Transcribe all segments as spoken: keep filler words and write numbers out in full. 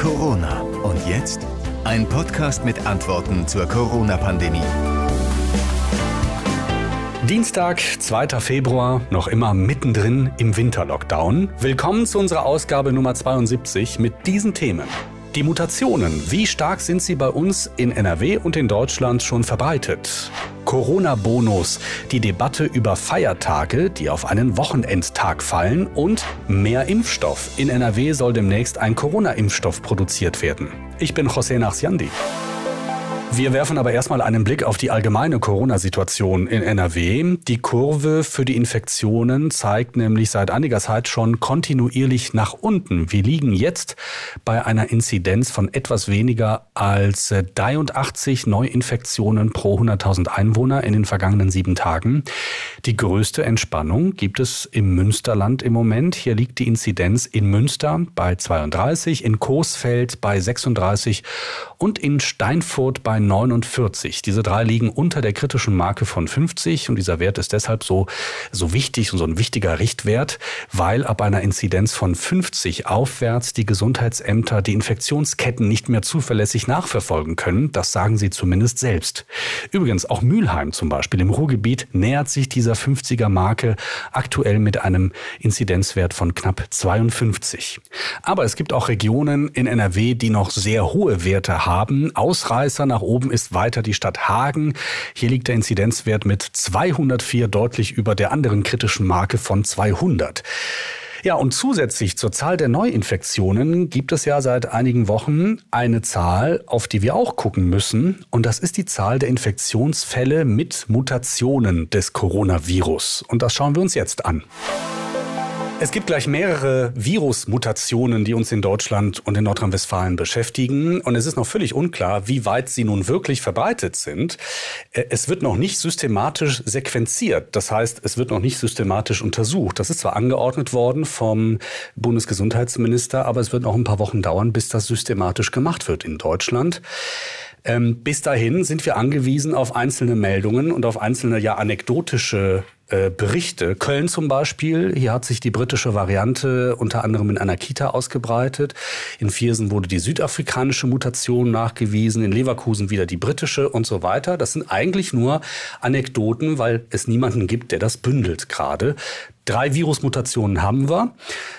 Corona. Und jetzt ein Podcast mit Antworten zur Corona-Pandemie. Dienstag, zweiter Februar, noch immer mittendrin im Winterlockdown. Willkommen zu unserer Ausgabe Nummer zweiundsiebzig mit diesen Themen. Die Mutationen, wie stark sind sie bei uns in N R W und in Deutschland schon verbreitet? Corona-Bonus, die Debatte über Feiertage, die auf einen Wochenendtag fallen und mehr Impfstoff. In N R W soll demnächst ein Corona-Impfstoff produziert werden. Ich bin José Nachsiandi. Wir werfen aber erstmal einen Blick auf die allgemeine Corona-Situation in N R W. Die Kurve für die Infektionen zeigt nämlich seit einiger Zeit schon kontinuierlich nach unten. Wir liegen jetzt bei einer Inzidenz von etwas weniger als dreiundachtzig Neuinfektionen pro hunderttausend Einwohner in den vergangenen sieben Tagen. Die größte Entspannung gibt es im Münsterland im Moment. Hier liegt die Inzidenz in Münster bei zweiunddreißig, in Coesfeld bei sechsunddreißig und in Steinfurt bei neunundvierzig. Diese drei liegen unter der kritischen Marke von fünfzig und dieser Wert ist deshalb so, so wichtig und so ein wichtiger Richtwert, weil ab einer Inzidenz von fünfzig aufwärts die Gesundheitsämter die Infektionsketten nicht mehr zuverlässig nachverfolgen können. Das sagen sie zumindest selbst. Übrigens auch Mülheim zum Beispiel im Ruhrgebiet nähert sich dieser fünfziger Marke aktuell mit einem Inzidenzwert von knapp zweiundfünfzig. Aber es gibt auch Regionen in N R W, die noch sehr hohe Werte haben. Ausreißer nach oben ist weiter die Stadt Hagen. Hier liegt der Inzidenzwert mit zweihundertvier deutlich über der anderen kritischen Marke von zweihundert. Ja, und zusätzlich zur Zahl der Neuinfektionen gibt es ja seit einigen Wochen eine Zahl, auf die wir auch gucken müssen. Und das ist die Zahl der Infektionsfälle mit Mutationen des Coronavirus. Und das schauen wir uns jetzt an. Es gibt gleich mehrere Virusmutationen, die uns in Deutschland und in Nordrhein-Westfalen beschäftigen. Und es ist noch völlig unklar, wie weit sie nun wirklich verbreitet sind. Es wird noch nicht systematisch sequenziert. Das heißt, es wird noch nicht systematisch untersucht. Das ist zwar angeordnet worden vom Bundesgesundheitsminister, aber es wird noch ein paar Wochen dauern, bis das systematisch gemacht wird in Deutschland. Ähm, bis dahin sind wir angewiesen auf einzelne Meldungen und auf einzelne, ja, anekdotische äh, Berichte. Köln zum Beispiel, hier hat sich die britische Variante unter anderem in einer Kita ausgebreitet. In Viersen wurde die südafrikanische Mutation nachgewiesen, in Leverkusen wieder die britische und so weiter. Das sind eigentlich nur Anekdoten, weil es niemanden gibt, der das bündelt gerade. Drei Virusmutationen haben wir.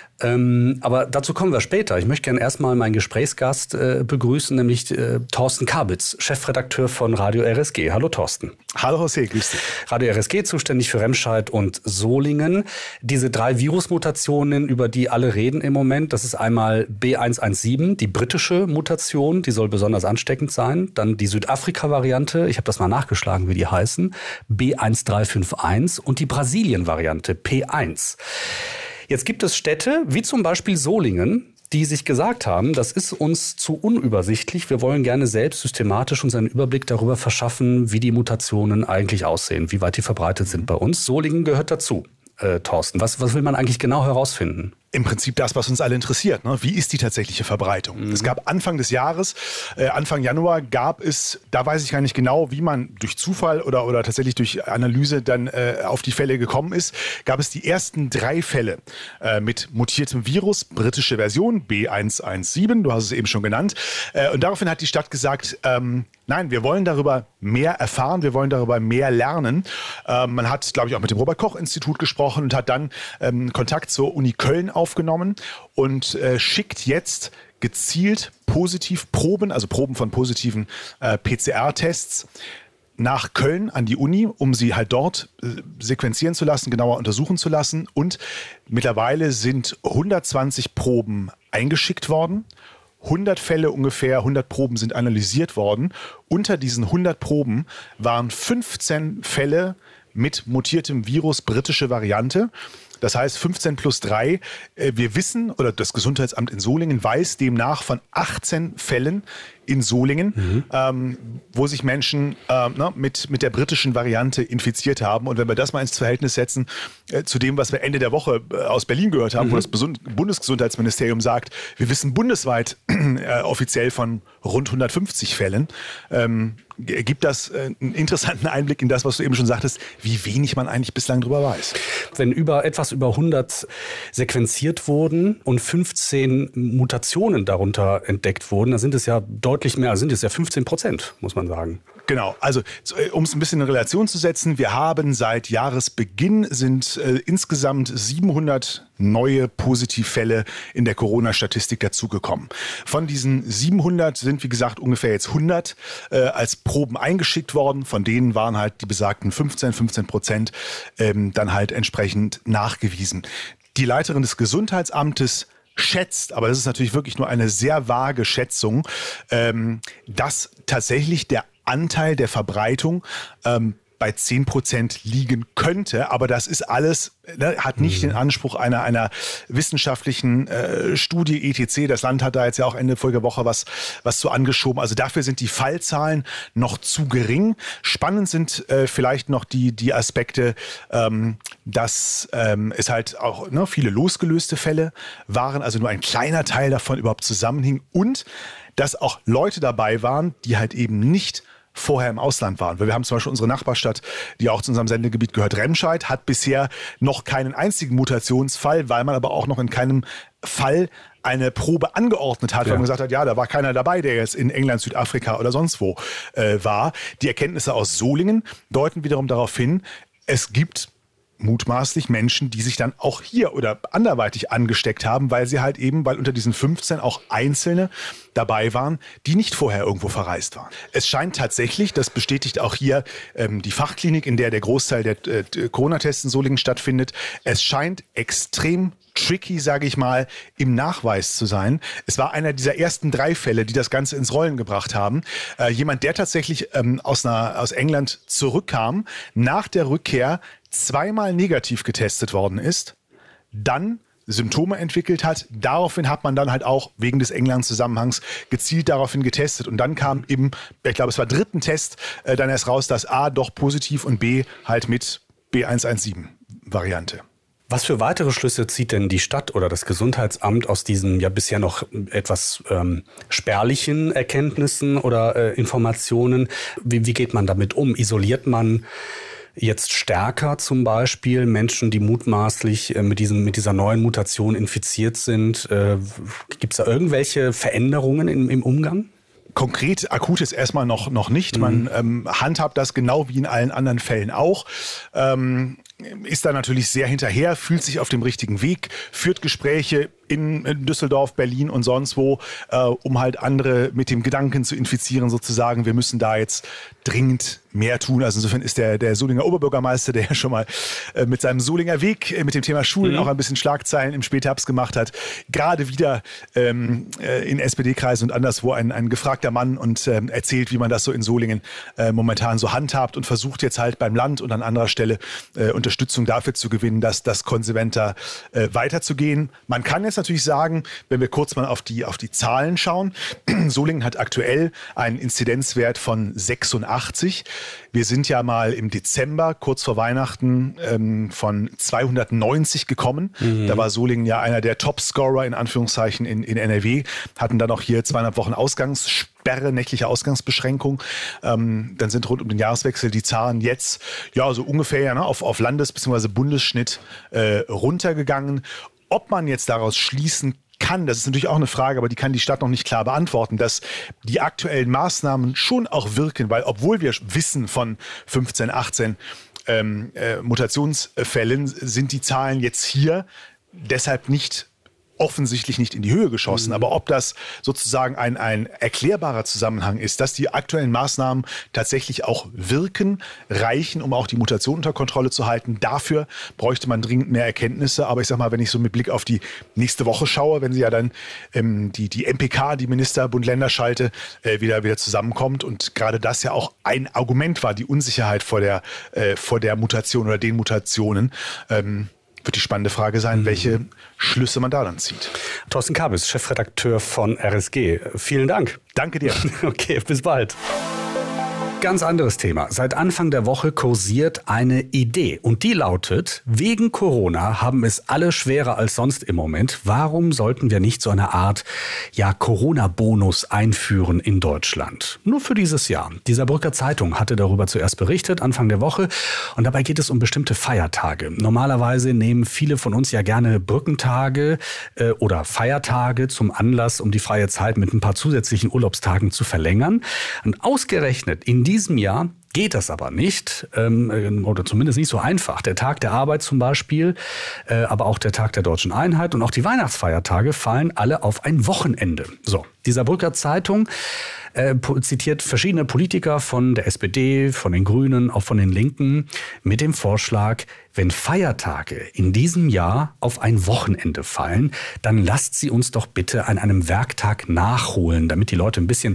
Ähm, aber dazu kommen wir später. Ich möchte gerne erstmal meinen Gesprächsgast äh, begrüßen, nämlich äh, Thorsten Kabitz, Chefredakteur von Radio R S G. Hallo Thorsten. Hallo José, grüß dich. Radio R S G, zuständig für Remscheid und Solingen. Diese drei Virusmutationen, über die alle reden im Moment, das ist einmal B eins eins sieben, die britische Mutation, die soll besonders ansteckend sein. Dann die Südafrika-Variante, ich habe das mal nachgeschlagen, wie die heißen, B eins drei fünf eins und die Brasilien-Variante, P eins. Jetzt gibt es Städte, wie zum Beispiel Solingen, die sich gesagt haben, das ist uns zu unübersichtlich. Wir wollen gerne selbst systematisch uns einen Überblick darüber verschaffen, wie die Mutationen eigentlich aussehen, wie weit die verbreitet sind bei uns. Solingen gehört dazu. Äh, Thorsten, was, was will man eigentlich genau herausfinden? Im Prinzip das, was uns alle interessiert. Ne? Wie ist die tatsächliche Verbreitung? Mhm. Es gab Anfang des Jahres, äh, Anfang Januar gab es, da weiß ich gar nicht genau, wie man durch Zufall oder, oder tatsächlich durch Analyse dann äh, auf die Fälle gekommen ist, gab es die ersten drei Fälle äh, mit mutiertem Virus, britische Version, B eins eins sieben, du hast es eben schon genannt. Äh, und daraufhin hat die Stadt gesagt, ähm, nein, wir wollen darüber mehr erfahren, wir wollen darüber mehr lernen. Ähm, man hat, glaube ich, auch mit dem Robert-Koch-Institut gesprochen und hat dann ähm, Kontakt zur Uni Köln aufgenommen und äh, schickt jetzt gezielt positiv Proben, also Proben von positiven äh, P C R-Tests nach Köln an die Uni, um sie halt dort äh, sequenzieren zu lassen, genauer untersuchen zu lassen. Und mittlerweile sind hundertzwanzig Proben eingeschickt worden. hundert Fälle ungefähr, hundert Proben sind analysiert worden. Unter diesen hundert Proben waren fünfzehn Fälle mit mutiertem Virus, britische Variante. Das heißt fünfzehn plus drei. Wir wissen, oder das Gesundheitsamt in Solingen weiß demnach von achtzehn Fällen in Solingen, mhm. ähm, wo sich Menschen ähm, ne, mit, mit der britischen Variante infiziert haben. Und wenn wir das mal ins Verhältnis setzen äh, zu dem, was wir Ende der Woche äh, aus Berlin gehört haben, mhm. wo das Besun- Bundesgesundheitsministerium sagt, wir wissen bundesweit äh, offiziell von rund hundertfünfzig Fällen, ähm, gibt das äh, einen interessanten Einblick in das, was du eben schon sagtest, wie wenig man eigentlich bislang drüber weiß. Wenn über etwas über hundert sequenziert wurden und fünfzehn Mutationen darunter entdeckt wurden, dann sind es ja deutlich mehr, also sind es ja fünfzehn Prozent, muss man sagen. Genau, also um es ein bisschen in Relation zu setzen, wir haben seit Jahresbeginn sind äh, insgesamt siebenhundert neue Positivfälle in der Corona-Statistik dazugekommen. Von diesen siebenhundert sind, wie gesagt, ungefähr jetzt hundert äh, als Proben eingeschickt worden. Von denen waren halt die besagten fünfzehn, fünfzehn Prozent ähm, dann halt entsprechend nachgewiesen. Die Leiterin des Gesundheitsamtes schätzt, aber das ist natürlich wirklich nur eine sehr vage Schätzung, ähm, dass tatsächlich der Anteil der Verbreitung ähm, bei zehn Prozent liegen könnte. Aber das ist alles, ne, hat nicht mhm. den Anspruch einer, einer wissenschaftlichen äh, Studie et cetera. Das Land hat da jetzt ja auch Ende voriger Woche was, was zu angeschoben. Also dafür sind die Fallzahlen noch zu gering. Spannend sind äh, vielleicht noch die, die Aspekte, ähm, dass ähm, es halt auch ne, viele losgelöste Fälle waren, also nur ein kleiner Teil davon überhaupt zusammenhing und dass auch Leute dabei waren, die halt eben nicht vorher im Ausland waren. Weil wir haben zum Beispiel unsere Nachbarstadt, die auch zu unserem Sendegebiet gehört, Remscheid, hat bisher noch keinen einzigen Mutationsfall, weil man aber auch noch in keinem Fall eine Probe angeordnet hat, ja. weil man gesagt hat, ja, da war keiner dabei, der jetzt in England, Südafrika oder sonst wo äh, war. Die Erkenntnisse aus Solingen deuten wiederum darauf hin, es gibt mutmaßlich Menschen, die sich dann auch hier oder anderweitig angesteckt haben, weil sie halt eben, weil unter diesen fünfzehn auch Einzelne dabei waren, die nicht vorher irgendwo verreist waren. Es scheint tatsächlich, das bestätigt auch hier ähm, die Fachklinik, in der der Großteil der äh, Corona-Tests in Solingen stattfindet, es scheint extrem tricky, sage ich mal, im Nachweis zu sein. Es war einer dieser ersten drei Fälle, die das Ganze ins Rollen gebracht haben. Äh, jemand, der tatsächlich ähm, aus, einer, aus England zurückkam, nach der Rückkehr zweimal negativ getestet worden ist, dann Symptome entwickelt hat. Daraufhin hat man dann halt auch wegen des England-Zusammenhangs gezielt daraufhin getestet. Und dann kam eben, ich glaube, es war dritten Test, äh, dann erst raus, dass A doch positiv und B halt mit B eins eins sieben Variante. Was für weitere Schlüsse zieht denn die Stadt oder das Gesundheitsamt aus diesen ja bisher noch etwas ähm, spärlichen Erkenntnissen oder äh, Informationen? Wie, wie geht man damit um? Isoliert man jetzt stärker zum Beispiel Menschen, die mutmaßlich äh, mit, diesem, mit dieser neuen Mutation infiziert sind? Äh, Gibt es da irgendwelche Veränderungen im, im Umgang? Konkret, akut ist erstmal noch, noch nicht. Man mhm. ähm, handhabt das genau wie in allen anderen Fällen auch. Ähm, ist da natürlich sehr hinterher, fühlt sich auf dem richtigen Weg, führt Gespräche in, in Düsseldorf, Berlin und sonst wo, äh, um halt andere mit dem Gedanken zu infizieren, sozusagen. Wir müssen da jetzt dringend mehr tun. Also insofern ist der, der Solinger Oberbürgermeister, der ja schon mal äh, mit seinem Solinger Weg äh, mit dem Thema Schulen mhm. auch ein bisschen Schlagzeilen im Spätherbst gemacht hat, gerade wieder ähm, äh, in S P D-Kreisen und anderswo ein, ein gefragter Mann und ähm, erzählt, wie man das so in Solingen äh, momentan so handhabt und versucht jetzt halt beim Land und an anderer Stelle äh, Unterstützung dafür zu gewinnen, dass das konsequenter äh, weiterzugehen. Man kann jetzt natürlich sagen, wenn wir kurz mal auf die, auf die Zahlen schauen, Solingen hat aktuell einen Inzidenzwert von sechsundachtzig. Wir sind ja mal im Dezember, kurz vor Weihnachten, ähm, von zweihundertneunzig gekommen. Mhm. Da war Solingen ja einer der Topscorer in Anführungszeichen in, in N R W, hatten dann auch hier zweieinhalb Wochen Ausgangssperre, nächtliche Ausgangsbeschränkung. Ähm, dann sind rund um den Jahreswechsel die Zahlen jetzt ja so ungefähr ja, ne, auf, auf Landes- bzw. Bundesschnitt äh, runtergegangen. Ob man jetzt daraus schließen kann, das ist natürlich auch eine Frage, aber die kann die Stadt noch nicht klar beantworten, dass die aktuellen Maßnahmen schon auch wirken, weil obwohl wir wissen von fünfzehn, achtzehn ähm, äh, Mutationsfällen, sind die Zahlen jetzt hier deshalb nicht offensichtlich nicht in die Höhe geschossen. Mhm. Aber ob das sozusagen ein, ein erklärbarer Zusammenhang ist, dass die aktuellen Maßnahmen tatsächlich auch wirken, reichen, um auch die Mutation unter Kontrolle zu halten. Dafür bräuchte man dringend mehr Erkenntnisse. Aber ich sag mal, wenn ich so mit Blick auf die nächste Woche schaue, wenn sie ja dann ähm, die, die M P K, die Minister, Bund-Länder-Schalte, äh, wieder, wieder zusammenkommt und gerade das ja auch ein Argument war, die Unsicherheit vor der, äh, vor der Mutation oder den Mutationen, ähm, wird die spannende Frage sein, mhm. welche Schlüsse man da dann zieht. Thorsten Kabis, Chefredakteur von R S G. Vielen Dank. Danke dir. Okay, bis bald. Ganz anderes Thema. Seit Anfang der Woche kursiert eine Idee und die lautet, wegen Corona haben es alle schwerer als sonst im Moment. Warum sollten wir nicht so eine Art ja, Corona-Bonus einführen in Deutschland? Nur für dieses Jahr. Die Saarbrücker Zeitung hatte darüber zuerst berichtet, Anfang der Woche. Und dabei geht es um bestimmte Feiertage. Normalerweise nehmen viele von uns ja gerne Brückentage äh, oder Feiertage zum Anlass, um die freie Zeit mit ein paar zusätzlichen Urlaubstagen zu verlängern. Und ausgerechnet in diesem Jahr geht das aber nicht, ähm, oder zumindest nicht so einfach. Der Tag der Arbeit zum Beispiel, äh, aber auch der Tag der Deutschen Einheit und auch die Weihnachtsfeiertage fallen alle auf ein Wochenende. So, die Saarbrücker Zeitung äh, zitiert verschiedene Politiker von der S P D, von den Grünen, auch von den Linken mit dem Vorschlag, wenn Feiertage in diesem Jahr auf ein Wochenende fallen, dann lasst sie uns doch bitte an einem Werktag nachholen, damit die Leute ein bisschen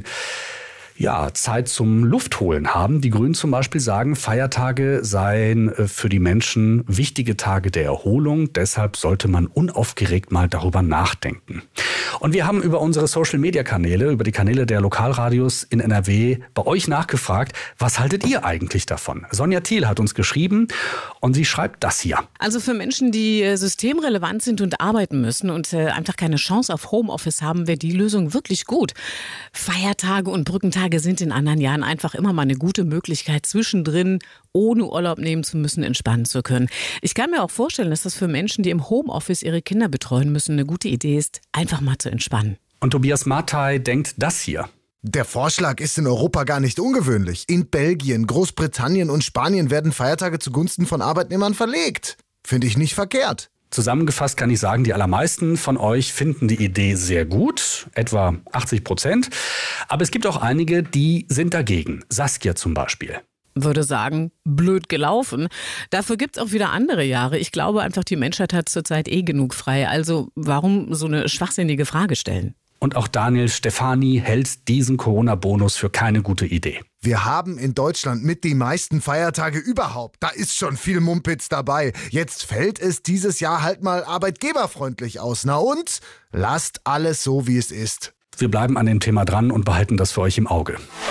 ja, Zeit zum Luftholen haben. Die Grünen zum Beispiel sagen, Feiertage seien für die Menschen wichtige Tage der Erholung. Deshalb sollte man unaufgeregt mal darüber nachdenken. Und wir haben über unsere Social-Media-Kanäle, über die Kanäle der Lokalradios in N R W bei euch nachgefragt, was haltet ihr eigentlich davon? Sonja Thiel hat uns geschrieben und sie schreibt das hier. Also für Menschen, die systemrelevant sind und arbeiten müssen und einfach keine Chance auf Homeoffice haben, wäre die Lösung wirklich gut. Feiertage und Brückentage sind in anderen Jahren einfach immer mal eine gute Möglichkeit, zwischendrin ohne Urlaub nehmen zu müssen, entspannen zu können. Ich kann mir auch vorstellen, dass das für Menschen, die im Homeoffice ihre Kinder betreuen müssen, eine gute Idee ist, einfach mal zu entspannen. Und Tobias Martey denkt das hier. Der Vorschlag ist in Europa gar nicht ungewöhnlich. In Belgien, Großbritannien und Spanien werden Feiertage zugunsten von Arbeitnehmern verlegt. Finde ich nicht verkehrt. Zusammengefasst kann ich sagen, die allermeisten von euch finden die Idee sehr gut, etwa achtzig Prozent. Aber es gibt auch einige, die sind dagegen. Saskia zum Beispiel. Würde sagen, blöd gelaufen. Dafür gibt's auch wieder andere Jahre. Ich glaube einfach, die Menschheit hat zurzeit eh genug frei. Also warum so eine schwachsinnige Frage stellen? Und auch Daniel Stefani hält diesen Corona-Bonus für keine gute Idee. Wir haben in Deutschland mit die meisten Feiertage überhaupt. Da ist schon viel Mumpitz dabei. Jetzt fällt es dieses Jahr halt mal arbeitgeberfreundlich aus. Na und? Lasst alles so, wie es ist. Wir bleiben an dem Thema dran und behalten das für euch im Auge.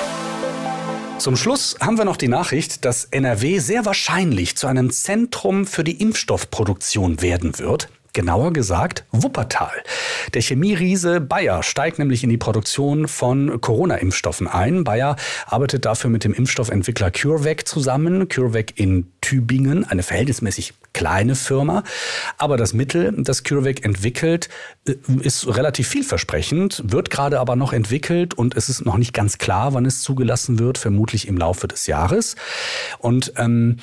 Zum Schluss haben wir noch die Nachricht, dass N R W sehr wahrscheinlich zu einem Zentrum für die Impfstoffproduktion werden wird. Genauer gesagt Wuppertal. Der Chemieriese Bayer steigt nämlich in die Produktion von Corona-Impfstoffen ein. Bayer arbeitet dafür mit dem Impfstoffentwickler CureVac zusammen. CureVac in Tübingen, eine verhältnismäßig kleine Firma. Aber das Mittel, das CureVac entwickelt, ist relativ vielversprechend, wird gerade aber noch entwickelt und es ist noch nicht ganz klar, wann es zugelassen wird, vermutlich im Laufe des Jahres. Und ähm,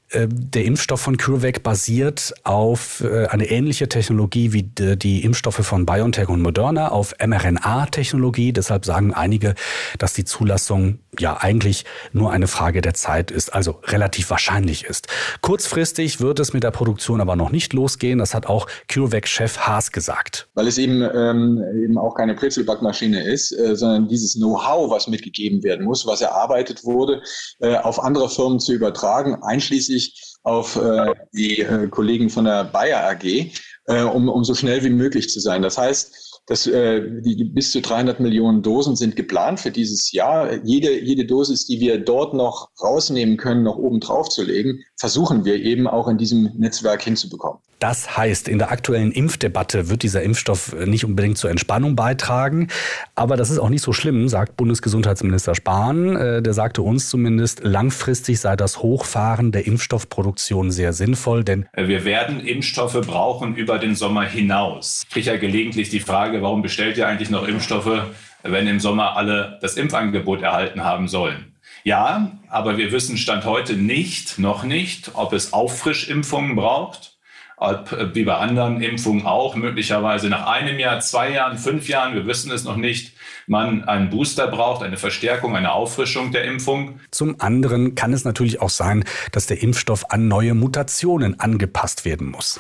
der Impfstoff von CureVac basiert auf eine ähnliche Technologie wie die Impfstoffe von BioNTech und Moderna, auf mRNA-Technologie. Deshalb sagen einige, dass die Zulassung ja eigentlich nur eine Frage der Zeit ist, also relativ wahrscheinlich ist. Kurzfristig wird es mit der Produktion aber noch nicht losgehen. Das hat auch CureVac-Chef Haas gesagt. Weil es eben, ähm, eben auch keine Brezelbackmaschine ist, äh, sondern dieses Know-how, was mitgegeben werden muss, was erarbeitet wurde, äh, auf andere Firmen zu übertragen, einschließlich auf äh, die äh, Kollegen von der Bayer A G, äh, um, um so schnell wie möglich zu sein. Das heißt, dass äh, die bis zu dreihundert Millionen Dosen sind geplant für dieses Jahr. Jede, jede Dosis, die wir dort noch rausnehmen können, noch oben drauf zu legen, versuchen wir eben auch in diesem Netzwerk hinzubekommen. Das heißt, in der aktuellen Impfdebatte wird dieser Impfstoff nicht unbedingt zur Entspannung beitragen. Aber das ist auch nicht so schlimm, sagt Bundesgesundheitsminister Spahn. Der sagte uns zumindest, langfristig sei das Hochfahren der Impfstoffproduktion sehr sinnvoll. Denn wir werden Impfstoffe brauchen über den Sommer hinaus. Ich kriege ja gelegentlich die Frage, warum bestellt ihr eigentlich noch Impfstoffe, wenn im Sommer alle das Impfangebot erhalten haben sollen? Ja, aber wir wissen Stand heute nicht, noch nicht, ob es Auffrischimpfungen braucht. Ob, wie bei anderen Impfungen auch, möglicherweise nach einem Jahr, zwei Jahren, fünf Jahren, wir wissen es noch nicht, man einen Booster braucht, eine Verstärkung, eine Auffrischung der Impfung. Zum anderen kann es natürlich auch sein, dass der Impfstoff an neue Mutationen angepasst werden muss.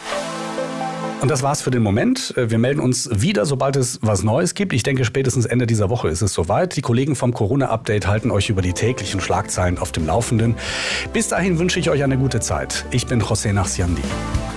Und das war's für den Moment. Wir melden uns wieder, sobald es was Neues gibt. Ich denke, spätestens Ende dieser Woche ist es soweit. Die Kollegen vom Corona-Update halten euch über die täglichen Schlagzeilen auf dem Laufenden. Bis dahin wünsche ich euch eine gute Zeit. Ich bin José Nachsiandi.